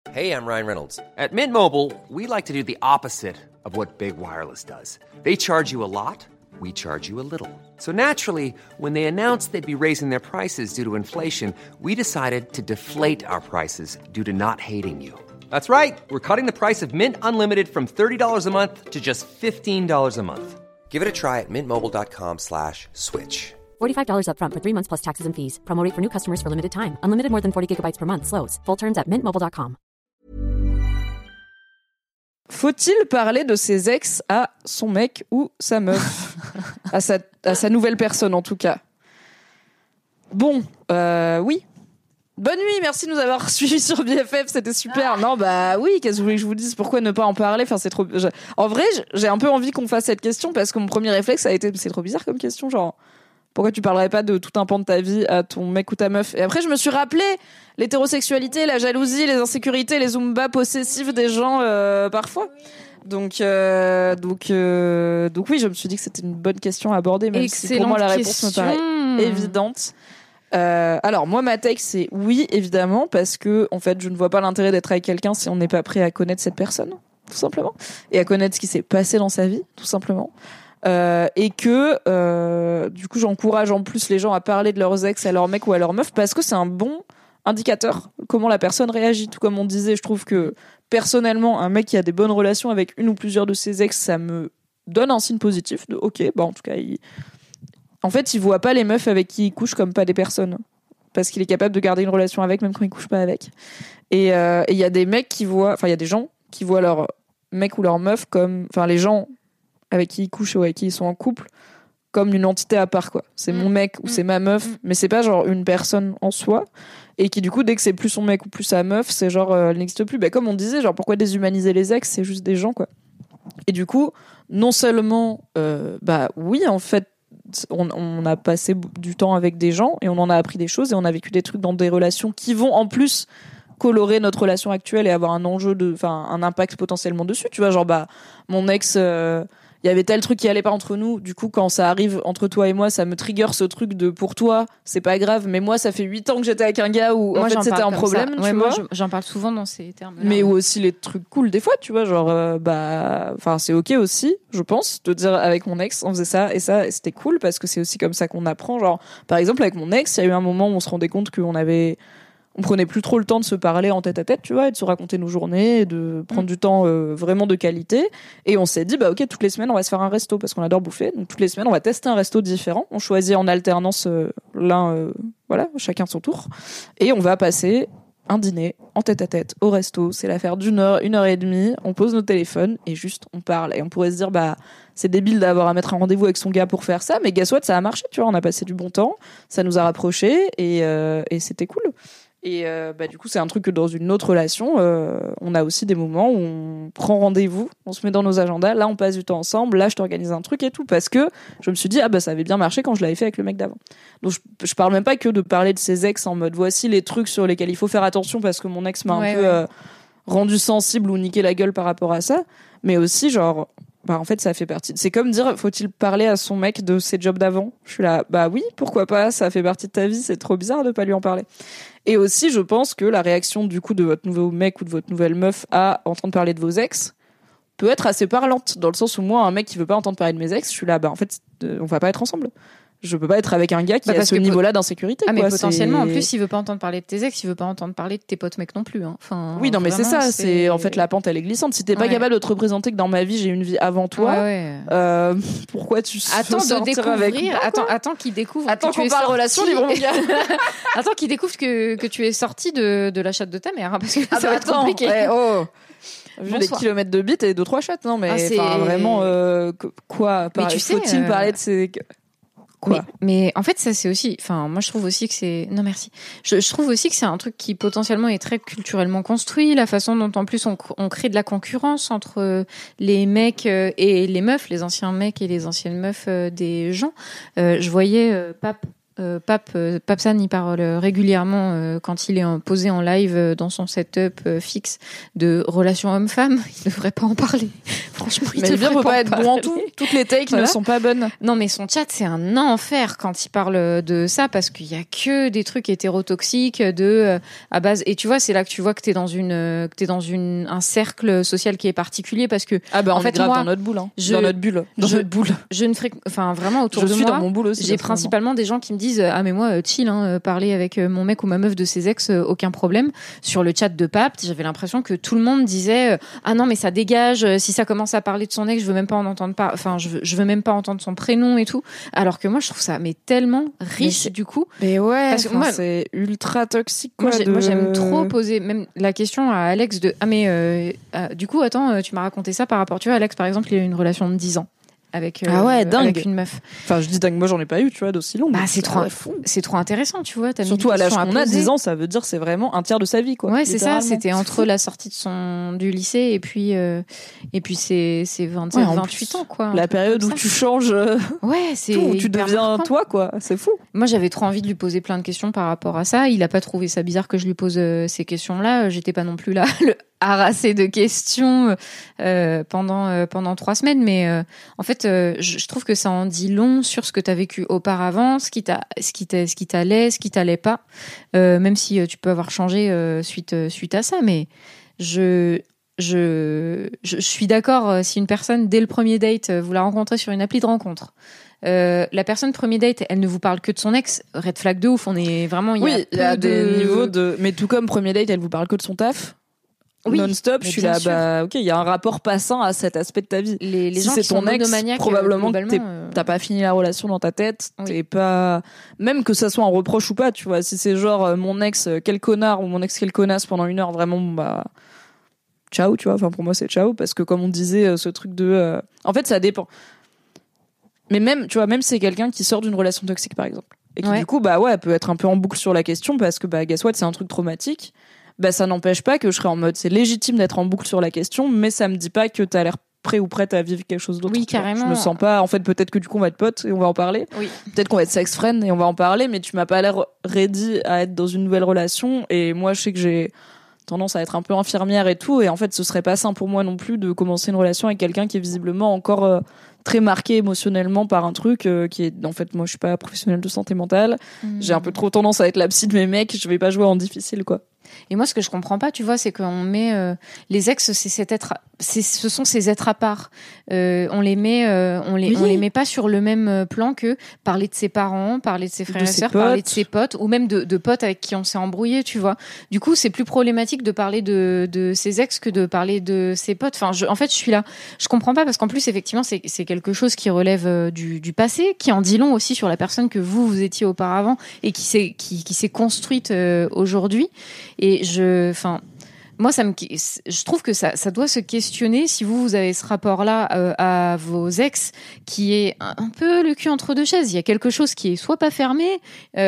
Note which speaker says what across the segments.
Speaker 1: Hey, I'm Ryan Reynolds. At Mint Mobile, we like to do the opposite of what Big Wireless does. They charge you a lot, we charge you a little. So naturally, when they announced they'd be raising their prices due to inflation, we decided to deflate our prices due to not hating you. That's right. We're cutting the price of Mint Unlimited from $30 a month to just $15 a month. Give it a try at mintmobile.com/switch.
Speaker 2: $45 up front for 3 months plus taxes and fees. Promo rate for new customers for limited time. Unlimited more than 40 gigabytes per month. Slows full terms at mintmobile.com.
Speaker 3: Faut-il parler de ses ex à son mec ou sa meuf? à sa nouvelle personne, en tout cas. Bon, oui. Bonne nuit, merci de nous avoir suivis sur BFF, c'était super. Non, bah oui, qu'est-ce que vous voulez que je vous dise? Pourquoi ne pas en parler? Enfin, c'est trop... En vrai, j'ai un peu envie qu'on fasse cette question parce que mon premier réflexe a été... C'est trop bizarre comme question, genre... Pourquoi tu parlerais pas de tout un pan de ta vie à ton mec ou ta meuf? Et après, je me suis rappelé l'hétérosexualité, la jalousie, les insécurités, les zumba possessifs des gens parfois. Donc oui, je me suis dit que c'était une bonne question à aborder, même si pour moi la réponse me paraît évidente. Alors moi, ma take, c'est oui, évidemment, parce que en fait, je ne vois pas l'intérêt d'être avec quelqu'un si on n'est pas prêt à connaître cette personne, tout simplement, et à connaître ce qui s'est passé dans sa vie, tout simplement. Et que du coup j'encourage en plus les gens à parler de leurs ex à leur mec ou à leur meuf parce que c'est un bon indicateur comment la personne réagit. Tout comme on disait, je trouve que personnellement un mec qui a des bonnes relations avec une ou plusieurs de ses ex, ça me donne un signe positif de ok, bah en tout cas il voit pas les meufs avec qui il couche comme pas des personnes parce qu'il est capable de garder une relation avec même quand il couche pas avec. Et il y a des mecs qui voient, enfin il y a des gens qui voient leur mec ou leur meuf comme, enfin les gens avec qui ils couchent ou avec qui ils sont en couple comme une entité à part, quoi. C'est mon mec ou c'est ma meuf, mais c'est pas genre une personne en soi, et qui du coup dès que c'est plus son mec ou plus sa meuf, c'est genre elle n'existe plus. Bah comme on disait, genre pourquoi déshumaniser les ex, c'est juste des gens, quoi. Et du coup non seulement bah oui en fait on a passé du temps avec des gens et on en a appris des choses et on a vécu des trucs dans des relations qui vont en plus colorer notre relation actuelle et avoir un impact potentiellement dessus, tu vois, genre bah mon ex il y avait tel truc qui allait pas entre nous, du coup quand ça arrive entre toi et moi ça me trigger ce truc de pour toi c'est pas grave, mais moi ça fait 8 ans que j'étais avec un gars où moi, en fait c'était un problème, tu vois.
Speaker 4: J'en parle souvent dans ces termes là,
Speaker 3: mais aussi les trucs cool des fois, tu vois, genre c'est ok aussi, je pense, de dire avec mon ex on faisait ça et c'était cool parce que c'est aussi comme ça qu'on apprend. Genre par exemple avec mon ex il y a eu un moment où on se rendait compte on prenait plus trop le temps de se parler en tête à tête, tu vois, et de se raconter nos journées, et de prendre du temps vraiment de qualité. Et on s'est dit, bah ok, toutes les semaines on va se faire un resto parce qu'on adore bouffer. Donc toutes les semaines on va tester un resto différent. On choisit en alternance chacun son tour. Et on va passer un dîner en tête à tête au resto. C'est l'affaire d'une heure, 1h30. On pose nos téléphones et juste on parle. Et on pourrait se dire, bah c'est débile d'avoir à mettre un rendez-vous avec son gars pour faire ça, mais guess what, ça a marché, tu vois. On a passé du bon temps, ça nous a rapprochés et c'était cool. Et du coup c'est un truc que dans une autre relation on a aussi des moments où on prend rendez-vous, on se met dans nos agendas, là on passe du temps ensemble, là je t'organise un truc et tout, parce que je me suis dit ça avait bien marché quand je l'avais fait avec le mec d'avant. Donc je parle même pas que de parler de ses ex en mode voici les trucs sur lesquels il faut faire attention parce que mon ex m'a un peu rendu sensible ou niqué la gueule par rapport à ça, mais aussi genre en fait ça fait partie, c'est comme dire faut-il parler à son mec de ses jobs d'avant. Je suis là bah oui, pourquoi pas, ça fait partie de ta vie, c'est trop bizarre de pas lui en parler. Et aussi je pense que la réaction du coup de votre nouveau mec ou de votre nouvelle meuf à entendre parler de vos ex peut être assez parlante, dans le sens où moi un mec qui veut pas entendre parler de mes ex, je suis là en fait on va pas être ensemble. Je peux pas être avec un gars qui a ce niveau-là d'insécurité.
Speaker 4: Mais potentiellement, en plus, il veut pas entendre parler de tes ex, il veut pas entendre parler de tes potes mecs non plus. Hein. Enfin,
Speaker 3: oui, non, mais c'est ça. C'est en fait la pente, elle est glissante. Si t'es pas capable de te représenter que dans ma vie j'ai une vie avant toi, pourquoi tu
Speaker 4: attends de découvrir, attends qu'il découvre.
Speaker 3: Attends qu'on parle relation libre, mon gars.
Speaker 4: Attends qu'il découvre que tu es sorti de la chatte de ta mère, hein, parce que ça va être compliqué.
Speaker 3: Vu les kilomètres de bite et 2-3 chattes, non mais vraiment quoi. Faut-il parler de ces
Speaker 4: mais en fait ça c'est aussi, enfin moi je trouve aussi que c'est non merci je trouve aussi que c'est un truc qui potentiellement est très culturellement construit, la façon dont en plus on crée de la concurrence entre les mecs et les meufs, les anciens mecs et les anciennes meufs des gens. Je voyais Pape Papsan, il parle régulièrement quand il est posé en live dans son setup fixe de relations homme-femme. Il devrait pas en parler. Franchement, il
Speaker 3: mais
Speaker 4: devrait
Speaker 3: bien, peut pas être
Speaker 4: en
Speaker 3: bon en
Speaker 4: parler.
Speaker 3: tout. Toutes les takes
Speaker 4: Voilà.
Speaker 3: ne sont pas bonnes.
Speaker 4: Non, mais son chat, c'est un enfer quand il parle de ça parce qu'il y a que des trucs hétérotoxiques à base. Et tu vois, c'est là que tu vois que t'es dans un cercle social qui est particulier parce que
Speaker 3: Ah bah
Speaker 4: en
Speaker 3: on
Speaker 4: fait,
Speaker 3: est grave
Speaker 4: moi,
Speaker 3: dans notre boule, hein.
Speaker 4: je-
Speaker 3: Dans notre bulle. Dans
Speaker 4: je-
Speaker 3: notre boule.
Speaker 4: je ne enfin vraiment autour
Speaker 3: Je
Speaker 4: de
Speaker 3: suis
Speaker 4: moi.
Speaker 3: dans mon boule aussi.
Speaker 4: J'ai
Speaker 3: personnellement.
Speaker 4: principalement des gens qui me disent ah mais moi chill parler avec mon mec ou ma meuf de ses ex aucun problème. Sur le chat de Papt, j'avais l'impression que tout le monde disait ah non mais ça dégage si ça commence à parler de son ex je veux même pas en entendre enfin je veux même pas entendre son prénom et tout, alors que moi je trouve ça mais tellement riche du coup.
Speaker 3: Mais ouais,
Speaker 4: Parce que moi-
Speaker 3: c'est ultra toxique. Quoi,
Speaker 4: Moi j'aime trop poser même la question à Alex de ah mais du coup attends tu m'as raconté ça par rapport, tu vois, Alex par exemple il a eu une relation de 10 ans avec
Speaker 3: Ah ouais, dingue.
Speaker 4: avec une meuf.
Speaker 3: Enfin, je dis dingue, moi j'en ai pas eu, tu vois, d'aussi long.
Speaker 4: Bah
Speaker 3: donc
Speaker 4: c'est trop
Speaker 3: fou.
Speaker 4: c'est trop intéressant, tu vois, t'as mis
Speaker 3: Surtout
Speaker 4: une
Speaker 3: à l'âge
Speaker 4: question
Speaker 3: qu'on a,
Speaker 4: poser.
Speaker 3: 10 ans, ça veut dire c'est vraiment un tiers de sa vie, quoi.
Speaker 4: Ouais, c'est ça.
Speaker 3: littéralement.
Speaker 4: C'était
Speaker 3: C'est
Speaker 4: entre
Speaker 3: fou.
Speaker 4: la sortie du lycée et puis c'est 27,
Speaker 3: Ouais, en
Speaker 4: 28
Speaker 3: plus,
Speaker 4: ans, quoi. un
Speaker 3: La
Speaker 4: truc
Speaker 3: période
Speaker 4: comme
Speaker 3: où
Speaker 4: ça.
Speaker 3: tu changes
Speaker 4: Ouais, c'est
Speaker 3: tout, où tu
Speaker 4: hyper
Speaker 3: deviens
Speaker 4: marquant.
Speaker 3: toi, quoi. C'est fou.
Speaker 4: Moi, j'avais trop envie de lui poser plein de questions par rapport à ça. Il a pas trouvé ça bizarre que je lui pose ces questions-là. J'étais pas non plus là le harassé de questions pendant 3 semaines, mais en fait, je trouve que ça en dit long sur ce que t'as vécu auparavant, ce qui t'allait, ce qui t'allait pas, même si tu peux avoir changé suite à ça, mais je suis d'accord si une personne dès le premier date vous la rencontrez sur une appli de rencontre. La personne premier date, elle ne vous parle que de son ex, red flag de ouf. On est vraiment il
Speaker 3: Oui, il y a
Speaker 4: peu
Speaker 3: des
Speaker 4: de
Speaker 3: niveaux de. Mais tout comme premier date, elle vous parle que de son taf.
Speaker 4: Oui,
Speaker 3: Non-stop,
Speaker 4: mais
Speaker 3: je suis
Speaker 4: bien
Speaker 3: là,
Speaker 4: sûr.
Speaker 3: bah, ok, il y a un rapport passant à cet aspect de ta vie.
Speaker 4: les
Speaker 3: Si
Speaker 4: gens
Speaker 3: c'est
Speaker 4: qui
Speaker 3: ton
Speaker 4: sont
Speaker 3: ex,
Speaker 4: monomaniaques,
Speaker 3: probablement que
Speaker 4: globalement,
Speaker 3: t'as pas fini la relation dans ta tête.
Speaker 4: Oui.
Speaker 3: T'es pas, même que ça soit un reproche ou pas, tu vois. Si c'est genre mon ex quel connard ou mon ex quelle connasse pendant 1 heure, vraiment, bah, ciao, tu vois. Enfin, pour moi, c'est ciao parce que comme on disait, ce truc de, en fait, ça dépend. Mais même, tu vois, même si c'est quelqu'un qui sort d'une relation toxique, par exemple, et qui
Speaker 4: Ouais.
Speaker 3: du coup, bah ouais, peut être un peu en boucle sur la question parce que, bah, guess what, c'est un truc traumatique. Bah, ça n'empêche pas que je serais en mode, c'est légitime d'être en boucle sur la question, mais ça me dit pas que t'as l'air prêt ou prête à vivre quelque chose d'autre.
Speaker 4: Oui,
Speaker 3: tu vois.
Speaker 4: carrément.
Speaker 3: Je me sens pas, en fait, peut-être que du coup, on va être potes et on va en parler.
Speaker 4: Oui.
Speaker 3: Peut-être qu'on va être sex friend et on va en parler, mais tu m'as pas l'air ready à être dans une nouvelle relation. Et moi, je sais que j'ai tendance à être un peu infirmière et tout. Et en fait, ce serait pas sain pour moi non plus de commencer une relation avec quelqu'un qui est visiblement encore très marqué émotionnellement par un truc qui est, en fait, moi, je suis pas professionnelle de santé mentale. J'ai un peu trop tendance à être la psy de mes mecs. Je vais pas jouer en difficile, quoi.
Speaker 4: Et moi, ce que je comprends pas, tu vois, c'est qu'on met les ex, ce sont ces êtres à part. On les met pas sur le même plan que parler de ses parents, parler de ses frères
Speaker 3: De
Speaker 4: et
Speaker 3: ses
Speaker 4: sœurs, parler de
Speaker 3: potes.
Speaker 4: ses potes, ou même de potes avec qui on s'est embrouillé, tu vois. Du coup, c'est plus problématique de parler de ses ex que de parler de ses potes. Enfin, en fait, je suis là. Je comprends pas parce qu'en plus, effectivement, c'est quelque chose qui relève du passé, qui en dit long aussi sur la personne que vous étiez auparavant et qui s'est construite aujourd'hui. Et moi, je trouve que ça doit se questionner si vous avez ce rapport-là à vos ex qui est un peu le cul entre deux chaises. Il y a quelque chose qui est soit pas fermé,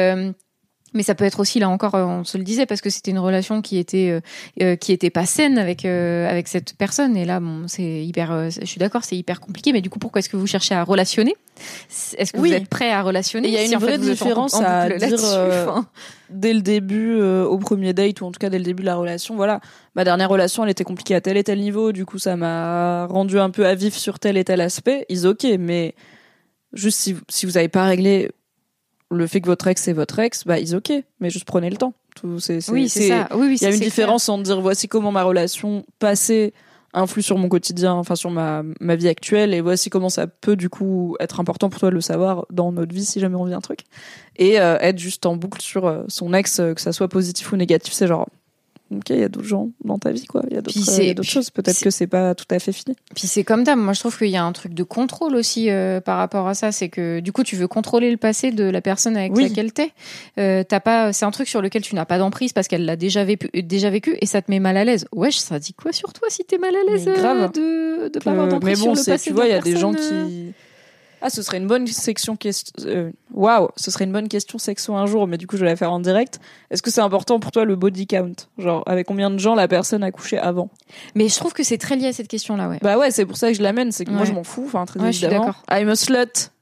Speaker 4: mais ça peut être aussi, là encore, on se le disait, parce que c'était une relation qui était pas saine avec cette personne. Et là, bon, c'est hyper. Je suis d'accord, c'est hyper compliqué. Mais du coup, pourquoi est-ce que vous cherchez à relationner ? Est-ce que
Speaker 3: Oui.
Speaker 4: vous êtes prêt à relationner ?
Speaker 3: Et il y a
Speaker 4: si
Speaker 3: une
Speaker 4: en fait,
Speaker 3: vraie
Speaker 4: vous êtes en
Speaker 3: différence
Speaker 4: boucle
Speaker 3: à
Speaker 4: là-dessus,
Speaker 3: dire,
Speaker 4: enfin.
Speaker 3: dès le début, au premier date, ou en tout cas dès le début de la relation, voilà, ma dernière relation, elle était compliquée à tel et tel niveau, du coup ça m'a rendu un peu à vif sur tel et tel aspect, ok, mais juste si vous avez pas réglé le fait que votre ex c'est votre ex, bah ok, mais juste prenez le temps.
Speaker 4: Oui, c'est ça. Oui,
Speaker 3: Il y a une
Speaker 4: c'est
Speaker 3: différence entre dire voici comment ma relation passée influe sur mon quotidien, enfin sur ma vie actuelle, et voici comment ça peut du coup être important pour toi de le savoir dans notre vie si jamais on vit un truc, et être juste en boucle sur son ex, que ça soit positif ou négatif, c'est genre ok, il y a d'autres gens dans ta vie, quoi, il y a d'autres choses, peut-être que c'est pas tout à fait fini.
Speaker 4: Puis c'est comme d'hab, moi je trouve qu'il y a un truc de contrôle aussi par rapport à ça, c'est que du coup tu veux contrôler le passé de la personne avec laquelle t'es. C'est un truc sur lequel tu n'as pas d'emprise parce qu'elle l'a déjà vécu et ça te met mal à l'aise. Wesh, ça dit quoi sur toi si t'es mal à l'aise de pas avoir d'emprise sur
Speaker 3: mais bon,
Speaker 4: le passé
Speaker 3: tu vois, il y a
Speaker 4: de
Speaker 3: des
Speaker 4: la
Speaker 3: gens
Speaker 4: personne,
Speaker 3: qui ce serait une bonne section waouh, ce serait une bonne question sexo un jour, mais du coup je vais la faire en direct. Est-ce que c'est important pour toi le body count, genre avec combien de gens la personne a couché avant?
Speaker 4: Mais je trouve que c'est très lié à cette question-là, ouais.
Speaker 3: Bah ouais, c'est pour ça que je l'amène, c'est que moi
Speaker 4: Ouais.
Speaker 3: je m'en fous, enfin très
Speaker 4: Ouais, je suis
Speaker 3: évidemment.
Speaker 4: d'accord.
Speaker 3: I'm a slut.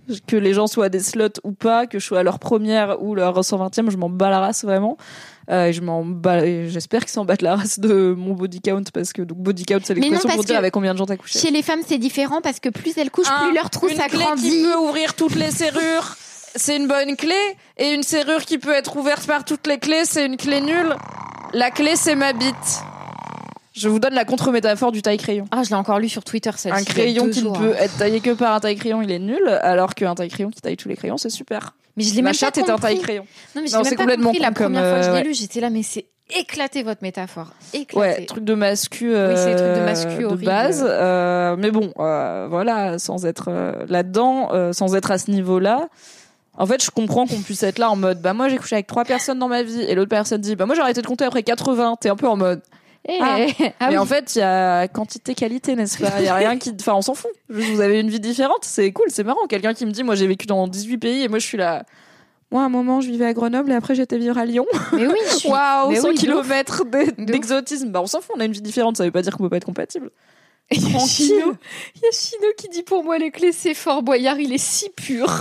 Speaker 3: que les gens soient des sluts ou pas, que je sois à leur première ou leur 120e, je m'en bats la race vraiment. Et j'espère qu'ils s'en battent la race de mon body count, parce que donc body count c'est l'expression pour dire avec combien de gens t'as couché.
Speaker 4: Chez les femmes c'est différent parce que plus elles couchent, plus leur trou s'agrandit.
Speaker 3: Une clé qui peut ouvrir toutes les serrures, c'est une bonne clé, et une serrure qui peut être ouverte par toutes les clés, c'est une clé nulle. La clé c'est ma bite. Je vous donne la contre-métaphore du taille-crayon.
Speaker 4: Ah, je l'ai encore lu sur Twitter, celle-ci.
Speaker 3: Un crayon qui ne peut être taillé que par un taille-crayon, il est nul, alors qu'un taille-crayon qui taille tous les crayons, c'est super.
Speaker 4: Mais je l'ai
Speaker 3: Ma
Speaker 4: même pas
Speaker 3: chatte est un taille-crayon.
Speaker 4: Non, mais je l'ai même pas compris la première fois que je l'ai lu, j'étais là, mais c'est éclaté votre métaphore. Éclaté.
Speaker 3: Ouais, truc de mascu,
Speaker 4: oui, c'est truc de mascu
Speaker 3: de base. Mais bon, voilà, sans être là-dedans, sans être à ce niveau-là. En fait, je comprends qu'on puisse être là en mode, bah moi j'ai couché avec 3 personnes dans ma vie, et l'autre personne dit, bah moi j'ai arrêté de compter après 80. T'es un peu en mode. Mais
Speaker 4: oui.
Speaker 3: en fait, il y a quantité qualité, n'est-ce pas? Il y a rien qui, enfin, on s'en fout. Juste, vous avez une vie différente, c'est cool, c'est marrant. Quelqu'un qui me dit, moi, j'ai vécu dans 18 pays et moi, je suis là. Moi, à un moment, je vivais à Grenoble et après, j'étais vivre à Lyon.
Speaker 4: Mais oui, je suis.
Speaker 3: Waouh, 100
Speaker 4: oui,
Speaker 3: kilomètres d'exotisme. Bah, on s'en fout, on a une vie différente, ça veut pas dire qu'on peut pas être compatible.
Speaker 4: Il y a Chino qui dit, pour moi, les clés, c'est Fort Boyard, il est si pur.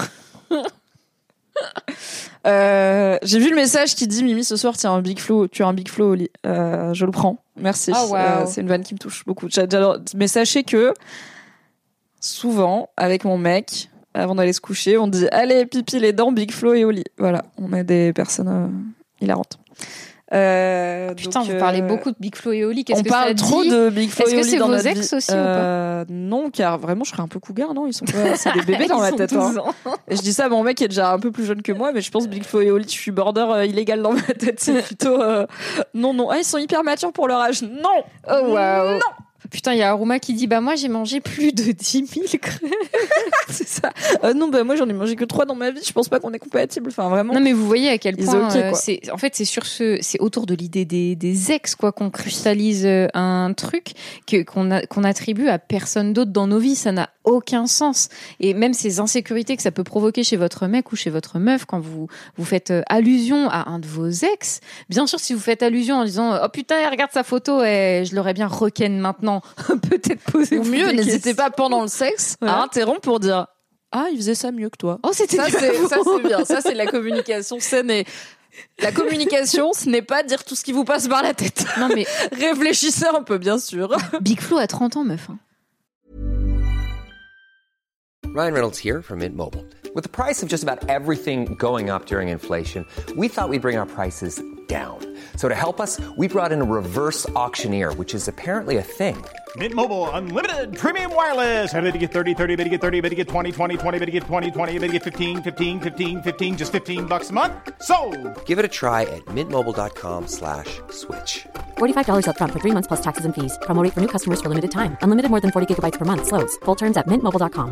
Speaker 3: J'ai vu le message qui dit Mimi ce soir tu as un big flow au lit. Je le prends, merci.
Speaker 4: Oh, wow.
Speaker 3: C'est une vanne qui me touche beaucoup. Mais sachez que souvent avec mon mec, avant d'aller se coucher, on dit allez pipi les dents, big flow et au lit. Voilà, on est des personnes hilarantes.
Speaker 4: Putain, vous parlez beaucoup de Big Flo et Oli. Qu'est-ce
Speaker 3: on
Speaker 4: que
Speaker 3: parle
Speaker 4: ça
Speaker 3: trop
Speaker 4: dit
Speaker 3: de Big Flo et Oli.
Speaker 4: Est-ce que c'est
Speaker 3: dans
Speaker 4: vos
Speaker 3: notre
Speaker 4: ex
Speaker 3: vie.
Speaker 4: aussi ou pas?
Speaker 3: Non, car vraiment, je serais un peu cougar, non? Ils sont pas, c'est des bébés dans ma tête. Hein. Et je dis ça à mon mec qui est déjà un peu plus jeune que moi, mais je pense Big Flo et Oli, je suis border illégal dans ma tête. C'est plutôt non. Ah, ils sont hyper matures pour leur âge. Non.
Speaker 4: Oh waouh.
Speaker 3: Non.
Speaker 4: Putain, il y a Aruma qui dit bah moi j'ai mangé plus de 10 000 crêpes.
Speaker 3: C'est ça. Non, bah moi j'en ai mangé que 3 dans ma vie. Je pense pas qu'on est compatible. Enfin vraiment.
Speaker 4: Non mais vous voyez à quel point
Speaker 3: okay,
Speaker 4: c'est en fait c'est autour de l'idée des ex quoi qu'on cristallise un truc qu'on attribue à personne d'autre dans nos vies. Ça n'a aucun sens. Et même ces insécurités que ça peut provoquer chez votre mec ou chez votre meuf quand vous faites allusion à un de vos ex. Bien sûr, si vous faites allusion en disant oh putain regarde sa photo et je l'aurais bien requenne maintenant. Peut-être poser
Speaker 3: ou mieux, n'hésitez pas pendant le sexe à interrompre pour dire ah il faisait ça mieux que toi.
Speaker 4: Oh c'était
Speaker 3: ça c'est bien. Ça c'est la communication saine. Et la communication, ce n'est pas dire tout ce qui vous passe par la tête.
Speaker 4: Non mais
Speaker 3: réfléchissez un peu bien sûr.
Speaker 4: Big Flo a 30 ans meuf. Hein.
Speaker 1: Ryan Reynolds here from Mint Mobile. With the price of just about everything going up during inflation, we thought we'd bring our prices down. So to help us, we brought in a reverse auctioneer, which is apparently a thing.
Speaker 5: Mint Mobile Unlimited Premium Wireless. How to get 30, 30, bit to get 30, bit to get 20, 20, 20, bit to get 20, 20, bit to get 15, 15, 15, 15, just $15 a month? Sold!
Speaker 1: Give it a try at mintmobile.com/switch.
Speaker 2: $45 up front for 3 months plus taxes and fees. Promo rate for new customers for limited time. Unlimited more than 40 gigabytes per month. Slows full terms at mintmobile.com.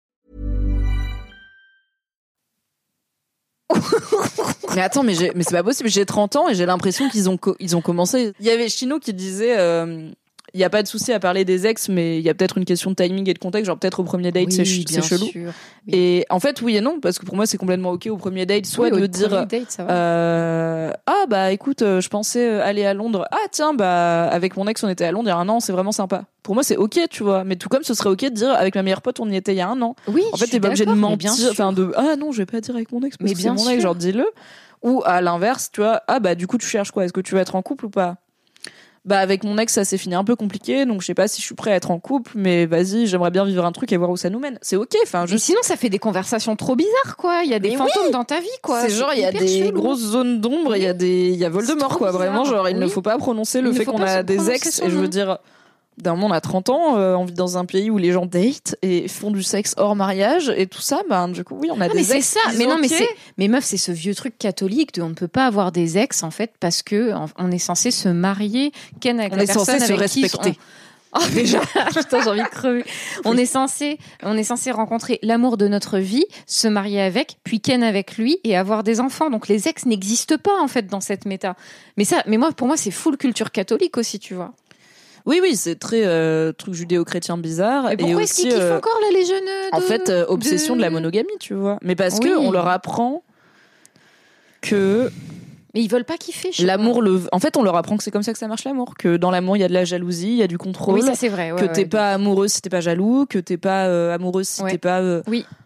Speaker 3: Mais attends, mais c'est pas possible. J'ai 30 ans et j'ai l'impression qu'ils ont commencé. Il y avait Chino qui disait il y a pas de souci à parler des ex, mais il y a peut-être une question de timing et de contexte. Genre peut-être au premier date, c'est chelou.
Speaker 4: Sûr.
Speaker 3: Et en fait, oui et non, parce que pour moi, c'est complètement ok au premier date, soit de dire
Speaker 4: date, ça va.
Speaker 3: ah bah écoute, je pensais aller à Londres. Ah tiens, bah avec mon ex, on était à Londres il y a un an, c'est vraiment sympa. Pour moi, c'est ok, tu vois. Mais tout comme ce serait ok de dire avec ma meilleure pote, on y était il y a un an.
Speaker 4: Oui.
Speaker 3: En fait, t'es pas obligé de mentir, enfin ah non, je vais pas dire avec mon ex parce que c'est mon ex, genre dis-le. Ou à l'inverse, tu vois, ah bah du coup tu cherches quoi? Est-ce que tu veux être en couple ou pas? Bah avec mon ex ça s'est fini un peu compliqué, donc je sais pas si je suis prêt à être en couple, mais vas-y, j'aimerais bien vivre un truc et voir où ça nous mène. C'est ok, enfin.
Speaker 4: Mais sinon ça fait des conversations trop bizarres quoi. Il y a des fantômes dans ta vie quoi.
Speaker 3: C'est genre il y a des grosses zones d'ombre, il y a Voldemort quoi. Vraiment genre il ne faut pas prononcer le fait qu'on a des ex et je veux dire. D'un moment, on a 30 ans, on vit dans un pays où les gens datent et font du sexe hors mariage et tout ça, ben, du coup, oui, on a des ex.
Speaker 4: C'est ça. Mais non, mais meuf, c'est ce vieux truc catholique de on ne peut pas avoir des ex, en fait, parce que on est censé se marier, Ken avec la personne avec qui on est censé se respecter. Oh, déjà. Putain, j'ai envie de crever. On est censé rencontrer l'amour de notre vie, se marier avec, puis Ken avec lui et avoir des enfants. Donc, les ex n'existent pas, en fait, dans cette méta. Mais pour moi, c'est full culture catholique aussi, tu vois.
Speaker 3: Oui, c'est très truc judéo-chrétien bizarre.
Speaker 4: Mais pourquoi est-ce qu'ils kiffent encore là, les jeunes
Speaker 3: en fait, obsession de la monogamie, tu vois. Mais parce que on leur apprend que.
Speaker 4: Mais ils veulent pas kiffer.
Speaker 3: L'amour, en fait, on leur apprend que c'est comme ça que ça marche l'amour. Que dans l'amour, il y a de la jalousie, il y a du contrôle.
Speaker 4: Oui, ça c'est vrai.
Speaker 3: Que t'es pas amoureuse si t'es pas jaloux, que t'es pas amoureuse si t'es pas.
Speaker 4: Oui.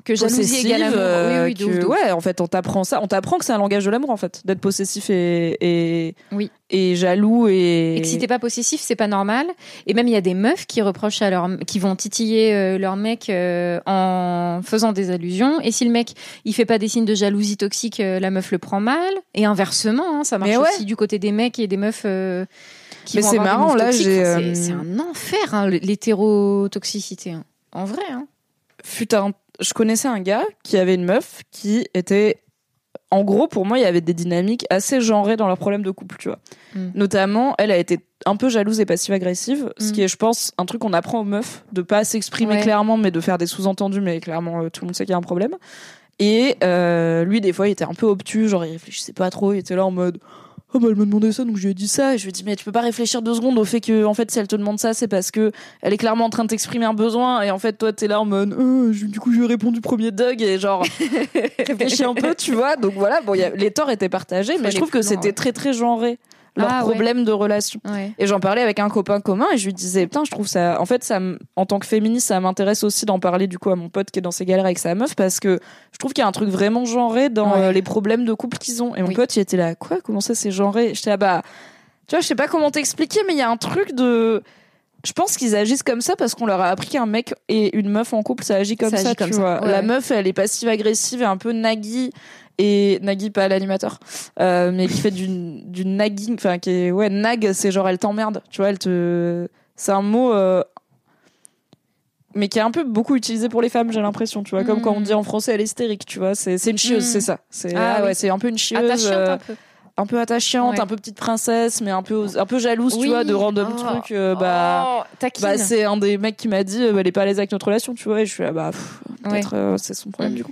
Speaker 4: que jalousie égale amour. Oui,
Speaker 3: que,
Speaker 4: de ouf.
Speaker 3: ouais, en fait, on t'apprend que c'est un langage de l'amour, en fait, d'être possessif et jaloux
Speaker 4: et que si t'es pas possessif, c'est pas normal. Et même il y a des meufs qui reprochent qui vont titiller leur mec en faisant des allusions. Et si le mec il fait pas des signes de jalousie toxique, la meuf le prend mal. Et inversement, ça marche aussi du côté des mecs et des meufs.
Speaker 3: Mais c'est marrant, là,
Speaker 4: c'est un enfer, l'hétérotoxicité. En vrai.
Speaker 3: Je connaissais un gars qui avait une meuf qui était. En gros, pour moi, il y avait des dynamiques assez genrées dans leurs problèmes de couple, tu vois. Notamment, elle a été un peu jalouse et passive-agressive, ce qui est, je pense, un truc qu'on apprend aux meufs, de pas s'exprimer clairement, mais de faire des sous-entendus, mais clairement, tout le monde sait qu'il y a un problème. Et lui, des fois, il était un peu obtus, genre, il réfléchissait pas trop, il était là en mode... Oh bah elle m'a demandé ça donc je lui ai dit ça et je lui ai dit mais tu peux pas réfléchir 2 secondes au fait que en fait si elle te demande ça c'est parce que elle est clairement en train de t'exprimer un besoin et en fait toi t'es là en mode du coup je lui ai répondu premier Doug et genre réfléchis un peu tu vois donc voilà bon les torts étaient partagés mais je trouve que c'était très très genré leur problème de relation et j'en parlais avec un copain commun et je lui disais putain je trouve ça en fait ça en tant que féministe ça m'intéresse aussi d'en parler du coup à mon pote qui est dans ses galères avec sa meuf parce que je trouve qu'il y a un truc vraiment genré dans les problèmes de couple qu'ils ont et mon pote il était là quoi comment ça c'est genré j'étais là bah tu vois je sais pas comment t'expliquer mais il y a un truc de je pense qu'ils agissent comme ça parce qu'on leur a appris qu'un mec et une meuf en couple ça agit comme ça tu vois la meuf elle est passive agressive et un peu naggy et Nagui pas l'animateur mais qui fait du nagging enfin qui est nag c'est genre elle t'emmerde tu vois c'est un mot mais qui est un peu beaucoup utilisé pour les femmes j'ai l'impression tu vois comme quand on dit en français elle est hystérique tu vois c'est une chieuse c'est ça c'est c'est un peu une chieuse un peu attachante, un peu petite princesse, mais un peu jalouse, tu vois, de random trucs. C'est un des mecs qui m'a dit, elle est pas à l'aise avec notre relation, tu vois. Et je suis là, peut-être c'est son problème du coup.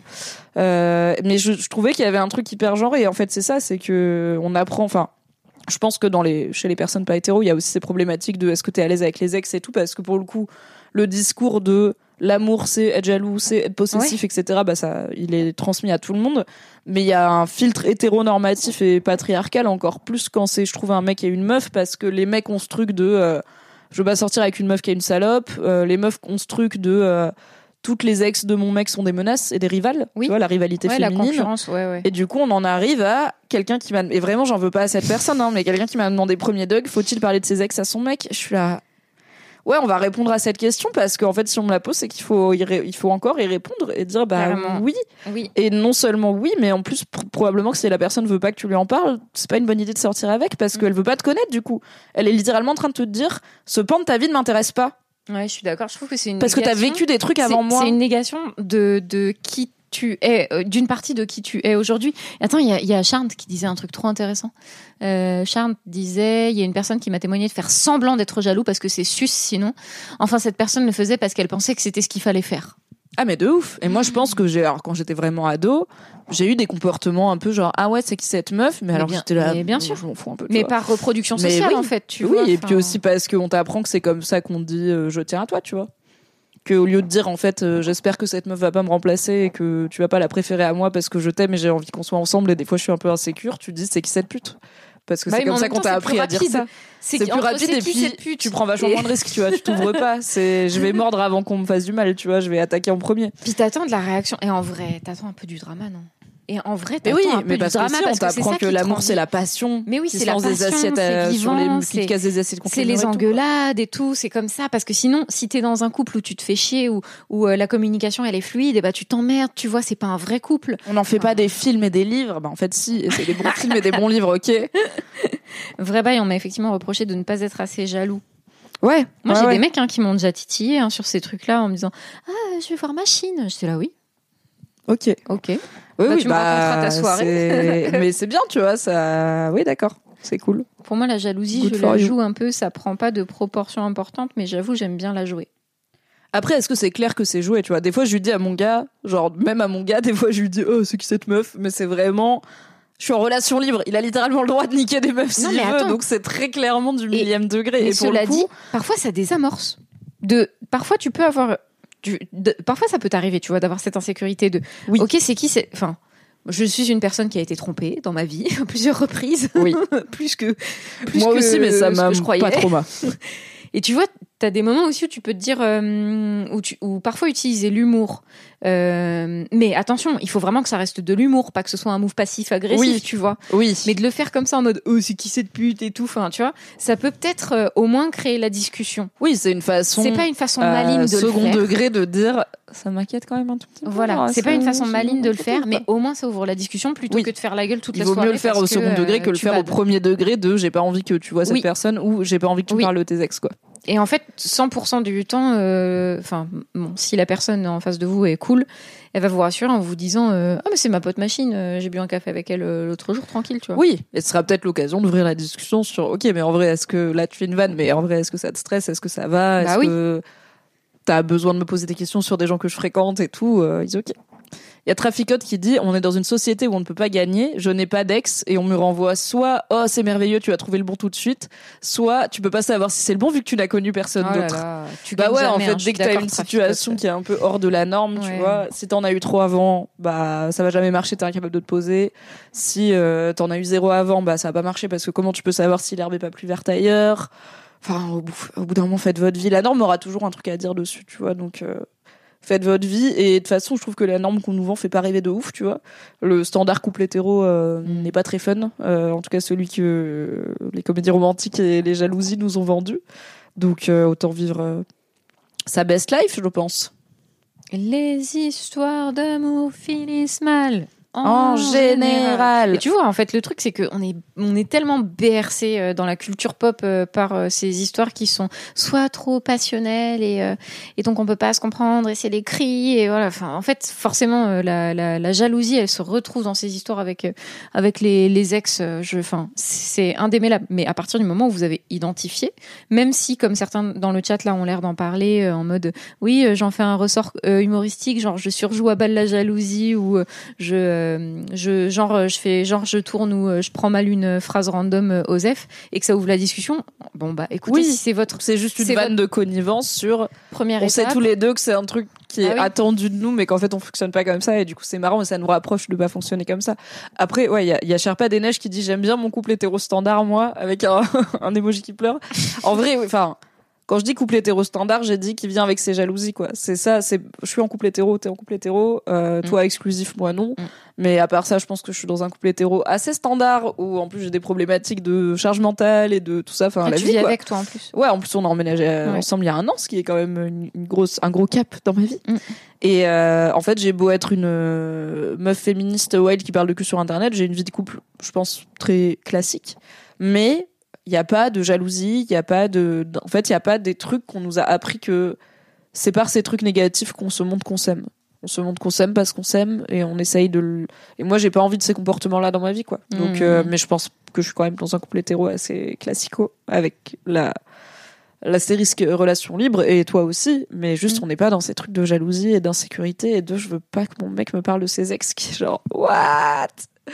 Speaker 3: Mais je trouvais qu'il y avait un truc hyper genré. Et en fait, c'est ça, c'est que on apprend. Enfin, je pense que chez les personnes pas hétéros, il y a aussi ces problématiques de est-ce que t'es à l'aise avec les ex et tout, parce que pour le coup, le discours de l'amour c'est être jaloux, c'est être possessif, etc. Il est transmis à tout le monde. Mais il y a un filtre hétéronormatif et patriarcal encore plus quand c'est, je trouve, un mec et une meuf parce que les mecs ont ce truc de je veux pas sortir avec une meuf qui est une salope. Les meufs ont ce truc de toutes les ex de mon mec sont des menaces et des rivales. Tu vois, la rivalité féminine. La
Speaker 4: concurrence, Et
Speaker 3: du coup, on en arrive à quelqu'un qui m'a... Et vraiment, j'en veux pas à cette personne, mais quelqu'un qui m'a demandé premier Doug, faut-il parler de ses ex à son mec ? Je suis là... Ouais, on va répondre à cette question parce qu'en fait, si on me la pose, c'est qu'il faut encore y répondre et dire oui. Et non seulement oui, mais en plus probablement que si la personne veut pas que tu lui en parles, c'est pas une bonne idée de sortir avec parce qu'elle veut pas te connaître du coup. Elle est littéralement en train de te dire ce pan de ta vie ne m'intéresse pas.
Speaker 4: Ouais, je suis d'accord. Je trouve que c'est une
Speaker 3: parce
Speaker 4: négation.
Speaker 3: Que t'as vécu des trucs avant moi.
Speaker 4: C'est une négation de qui tu es, d'une partie de qui tu es aujourd'hui. Attends, il y a Charles qui disait un truc trop intéressant. Charles disait, il y a une personne qui m'a témoigné de faire semblant d'être jaloux parce que c'est sus sinon. Enfin, cette personne le faisait parce qu'elle pensait que c'était ce qu'il fallait faire.
Speaker 3: Ah mais de ouf. Et moi je pense que quand j'étais vraiment ado, j'ai eu des comportements un peu genre ah ouais c'est qui cette meuf mais alors j'étais là
Speaker 4: bien sûr
Speaker 3: je m'en fous un peu.
Speaker 4: Mais par reproduction sociale en fait tu vois.
Speaker 3: Et puis aussi parce qu'on t'apprend que c'est comme ça qu'on dit je tiens à toi tu vois. Que au lieu de dire en fait j'espère que cette meuf va pas me remplacer et que tu vas pas la préférer à moi parce que je t'aime et j'ai envie qu'on soit ensemble et des fois je suis un peu insécure, tu dis c'est qui cette pute parce que c'est comme ça qu'on t'a appris à dire ça. C'est plus rapide et puis tu prends vachement moins de risques tu vois, tu t'ouvres pas, je vais mordre avant qu'on me fasse du mal, tu vois, je vais attaquer en premier.
Speaker 4: Puis t'attends de la réaction et en vrai t'attends un peu du drama non? Et en vrai, t'attends un peu du drama
Speaker 3: parce que on t'apprend que l'amour c'est la passion.
Speaker 4: Mais oui, c'est la passion, c'est vivant, c'est les engueulades et tout, c'est comme ça. Parce que sinon, si t'es dans un couple où tu te fais chier, où la communication elle est fluide, et tu t'emmerdes, tu vois, c'est pas un vrai couple.
Speaker 3: On n'en fait pas des films et des livres. En fait, si, et c'est des bons films et des bons livres, ok.
Speaker 4: Vrai bail, on m'a effectivement reproché de ne pas être assez jaloux.
Speaker 3: Ouais.
Speaker 4: Moi, j'ai des mecs qui m'ont déjà titillé sur ces trucs-là en me disant je vais voir ma Chine. J'étais là, oui.
Speaker 3: Ok. Oui,
Speaker 4: tu me raconteras ta soirée.
Speaker 3: Mais c'est bien, tu vois, ça. Oui, d'accord, c'est cool.
Speaker 4: Pour moi, la jalousie, je la joue un peu. Ça prend pas de proportions importantes, mais j'avoue, j'aime bien la jouer.
Speaker 3: Après, est-ce que c'est clair que c'est joué, tu vois ? Des fois, je lui dis à mon gars, même à mon gars, des fois, je lui dis c'est qui cette meuf ? Mais c'est vraiment. Je suis en relation libre. Il a littéralement le droit de niquer des meufs s'il veut, donc c'est très clairement du millième degré. Et pour le coup,
Speaker 4: dit, parfois, ça désamorce. Parfois, tu peux avoir. Parfois ça peut t'arriver tu vois d'avoir cette insécurité de ok c'est qui c'est enfin je suis une personne qui a été trompée dans ma vie à plusieurs reprises
Speaker 3: oui
Speaker 4: plus que
Speaker 3: moi aussi mais ça m'a pas trop mal.
Speaker 4: Et tu vois t'as des moments aussi où tu peux te dire où parfois utiliser l'humour. Mais attention, il faut vraiment que ça reste de l'humour, pas que ce soit un move passif-agressif, tu vois.
Speaker 3: Oui.
Speaker 4: Mais de le faire comme ça en mode c'est qui cette pute et tout, enfin, tu vois, ça peut peut-être au moins créer la discussion.
Speaker 3: Oui, c'est une façon.
Speaker 4: C'est pas une façon maligne de le faire.
Speaker 3: Second degré de dire ça m'inquiète quand même un tout petit peu.
Speaker 4: Voilà, c'est pas une façon maligne de le faire, mais au moins ça ouvre la discussion plutôt que de faire la gueule toute la soirée.
Speaker 3: Il vaut mieux le faire au second degré que le faire au premier degré de j'ai pas envie que tu vois cette personne ou j'ai pas envie que tu parles de tes ex, quoi.
Speaker 4: Et en fait, 100% du temps, si la personne en face de vous est cool, elle va vous rassurer en vous disant mais c'est ma pote machine, j'ai bu un café avec elle l'autre jour, tranquille, tu vois.
Speaker 3: Oui, et ce sera peut-être l'occasion d'ouvrir la discussion sur ok, mais en vrai, est-ce que là tu fais une vanne, mais en vrai, est-ce que ça te stresse, est-ce que ça va, est-ce que t'as besoin de me poser des questions sur des gens que je fréquente et tout, ok. Il y a Traficote qui dit on est dans une société où on ne peut pas gagner, je n'ai pas d'ex et on me renvoie soit oh c'est merveilleux tu as trouvé le bon tout de suite, soit tu peux pas savoir si c'est le bon vu que tu n'as connu personne d'autre. Bah ouais, en fait dès que t'as une situation qui est un peu hors de la norme, tu vois, si t'en as eu 3 avant, bah ça va jamais marcher, t'es incapable de te poser. Si t'en as eu 0 avant, bah ça va pas marcher parce que comment tu peux savoir si l'herbe est pas plus verte ailleurs. Enfin au bout d'un moment faites votre vie, la norme aura toujours un truc à dire dessus, tu vois, donc faites votre vie, et de toute façon je trouve que la norme qu'on nous vend fait pas rêver de ouf, tu vois. Le standard couple hétéro n'est pas très fun, en tout cas celui que les comédies romantiques et les jalousies nous ont vendu, donc autant vivre sa best life, je pense.
Speaker 4: Les histoires d'amour finissent mal
Speaker 3: en général.
Speaker 4: Et tu vois, en fait, le truc, c'est qu'on est tellement bercé dans la culture pop par ces histoires qui sont soit trop passionnelles et donc on peut pas se comprendre et c'est les cris et voilà. Enfin, en fait, forcément, la jalousie, elle se retrouve dans ces histoires avec les ex. C'est indémêlable. Mais à partir du moment où vous avez identifié, même si, comme certains dans le chat là ont l'air d'en parler en mode oui, j'en fais un ressort humoristique, genre je surjoue à balle la jalousie ou je tourne ou je prends mal une phrase random Osef et que ça ouvre la discussion. Bon bah écoutez, si c'est juste une
Speaker 3: vanne de connivence sur
Speaker 4: première
Speaker 3: on
Speaker 4: étape.
Speaker 3: sait tous les deux que c'est un truc qui est attendu de nous mais qu'en fait on fonctionne pas comme ça et du coup c'est marrant et ça nous rapproche de pas fonctionner comme ça. Après ouais, il y a Sherpa des Neiges qui dit j'aime bien mon couple hétéro standard moi avec un emoji qui pleure. En vrai enfin quand je dis couple hétéro standard, j'ai dit qu'il vient avec ses jalousies, quoi. C'est ça, je suis en couple hétéro, t'es en couple hétéro, toi exclusif, moi non. Mais à part ça, je pense que je suis dans un couple hétéro assez standard où en plus j'ai des problématiques de charge mentale et de tout ça. Enfin, la
Speaker 4: tu
Speaker 3: vie,
Speaker 4: vis
Speaker 3: quoi.
Speaker 4: avec toi en plus.
Speaker 3: Ouais, en plus on a emménagé ensemble il y a 1 an, ce qui est quand même un gros cap dans ma vie. Et en fait, j'ai beau être une meuf féministe wild qui parle de cul sur internet, j'ai une vie de couple, je pense, très classique. Mais il y a pas de jalousie, il y a pas en fait, il y a pas des trucs qu'on nous a appris que c'est par ces trucs négatifs qu'on se montre qu'on s'aime. On se montre qu'on s'aime parce qu'on s'aime et on essaye et moi j'ai pas envie de ces comportements-là dans ma vie, quoi. Donc mais je pense que je suis quand même dans un couple hétéro assez classico avec l'astérisque relation libre et toi aussi, mais juste on n'est pas dans ces trucs de jalousie et d'insécurité et je veux pas que mon mec me parle de ses ex qui est genre what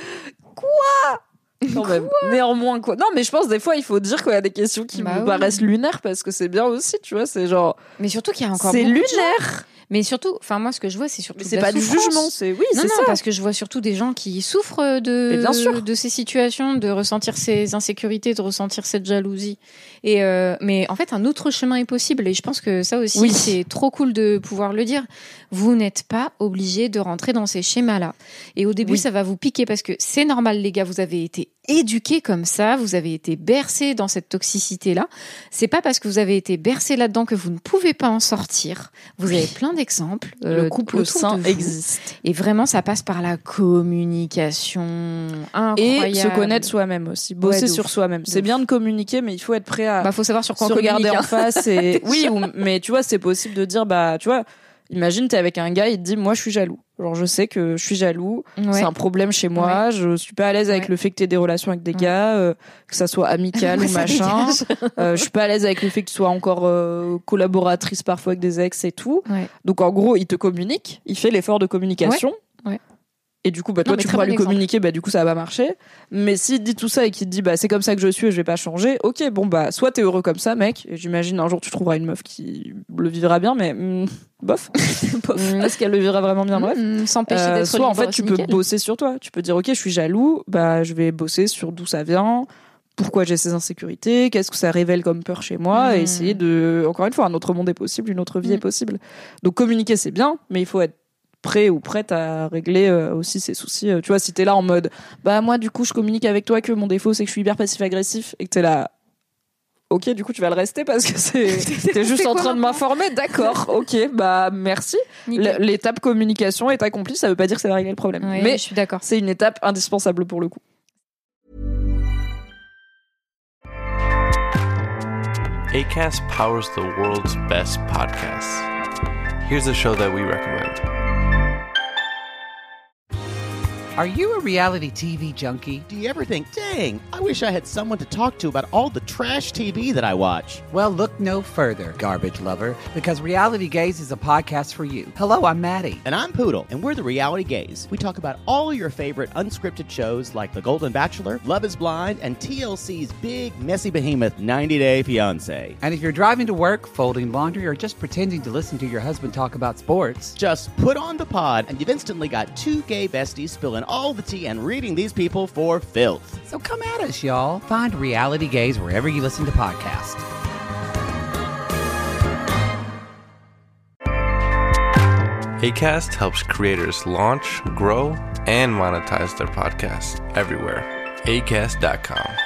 Speaker 3: quoi. Quand même. Néanmoins, quoi. Non, mais je pense des fois, il faut dire qu'il y a des questions qui me paraissent lunaires parce que c'est bien aussi, tu vois. C'est genre.
Speaker 4: Mais surtout qu'il y a encore.
Speaker 3: C'est lunaire.
Speaker 4: Mais surtout, enfin moi, ce que je vois, c'est surtout.
Speaker 3: Mais c'est pas du jugement, c'est
Speaker 4: non, parce que je vois surtout des gens qui souffrent de ces situations, de ressentir ces insécurités, de ressentir cette jalousie. Et mais en fait, un autre chemin est possible. Et je pense que ça aussi, c'est trop cool de pouvoir le dire. Vous n'êtes pas obligé de rentrer dans ces schémas-là. Et au début, ça va vous piquer parce que c'est normal, les gars. Vous avez été éduqués comme ça, vous avez été bercés dans cette toxicité-là. C'est pas parce que vous avez été bercés là-dedans que vous ne pouvez pas en sortir. Vous avez plein d'exemples.
Speaker 3: Le couple sain existe.
Speaker 4: Et vraiment, ça passe par la communication incroyable.
Speaker 3: Et se connaître soi-même aussi, bosser sur soi-même. C'est bien de communiquer, mais il faut être prêt à
Speaker 4: faut savoir sur quoi
Speaker 3: se regarder en face. Et...
Speaker 4: oui,
Speaker 3: mais tu vois, c'est possible de dire, bah, tu vois, imagine, t'es avec un gars, il te dit, moi, je suis jaloux. Genre, je sais que je suis jaloux, c'est un problème chez moi, je suis pas à l'aise avec le fait que t'aies des relations avec des gars, que ça soit amical ou machin. Je suis pas à l'aise avec le fait que tu sois encore collaboratrice parfois avec des ex et tout. Donc, en gros, il te communique, il fait l'effort de communication. Et du coup, bah, toi, tu pourras lui communiquer, bah, du coup, ça va pas marcher. Mais s'il te dit tout ça et qu'il te dit, bah, c'est comme ça que je suis et je vais pas changer, ok, bon, bah, soit t'es heureux comme ça, mec, et j'imagine un jour tu trouveras une meuf qui le vivra bien, mais, bof. Est-ce qu'elle le vivra vraiment bien, bref.
Speaker 4: S'empêcher d'être
Speaker 3: soit, en fait, tu peux bosser sur toi. Tu peux dire, ok, je suis jaloux, bah, je vais bosser sur d'où ça vient, pourquoi j'ai ces insécurités, qu'est-ce que ça révèle comme peur chez moi, et essayer de, encore une fois, un autre monde est possible, une autre vie est possible. Donc communiquer c'est bien, mais il faut être prêt ou prête à régler aussi ses soucis. Tu vois, si t'es là en mode, bah moi du coup je communique avec toi que mon défaut c'est que je suis hyper passif-agressif, et que t'es là, ok, du coup tu vas le rester parce que t'es juste en train de m'informer, d'accord, ok, bah merci. L'étape communication est accomplie, ça veut pas dire que ça va régler le problème.
Speaker 4: Oui,
Speaker 3: mais
Speaker 4: je suis d'accord.
Speaker 3: C'est une étape indispensable pour le coup.
Speaker 6: Acast powers the world's best podcasts. Here's a show that we recommend.
Speaker 7: Are you a reality TV junkie?
Speaker 8: Do you ever think, dang, I wish I had someone to talk to about all the trash TV that I watch?
Speaker 7: Well, look no further, garbage lover, because Reality Gaze is a podcast for you. Hello, I'm Maddie.
Speaker 8: And I'm Poodle, and we're the Reality Gaze. We talk about all your favorite unscripted shows like The Golden Bachelor, Love is Blind, and TLC's big, messy behemoth, 90 Day Fiancé.
Speaker 7: And if you're driving to work, folding laundry, or just pretending to listen to your husband talk about sports,
Speaker 8: just put on the pod, and you've instantly got two gay besties spilling all the tea and reading these people for filth.
Speaker 7: So come at us, y'all. Find Reality Gaze wherever you listen to podcasts.
Speaker 6: Acast helps creators launch, grow, and monetize their podcasts everywhere. Acast.com.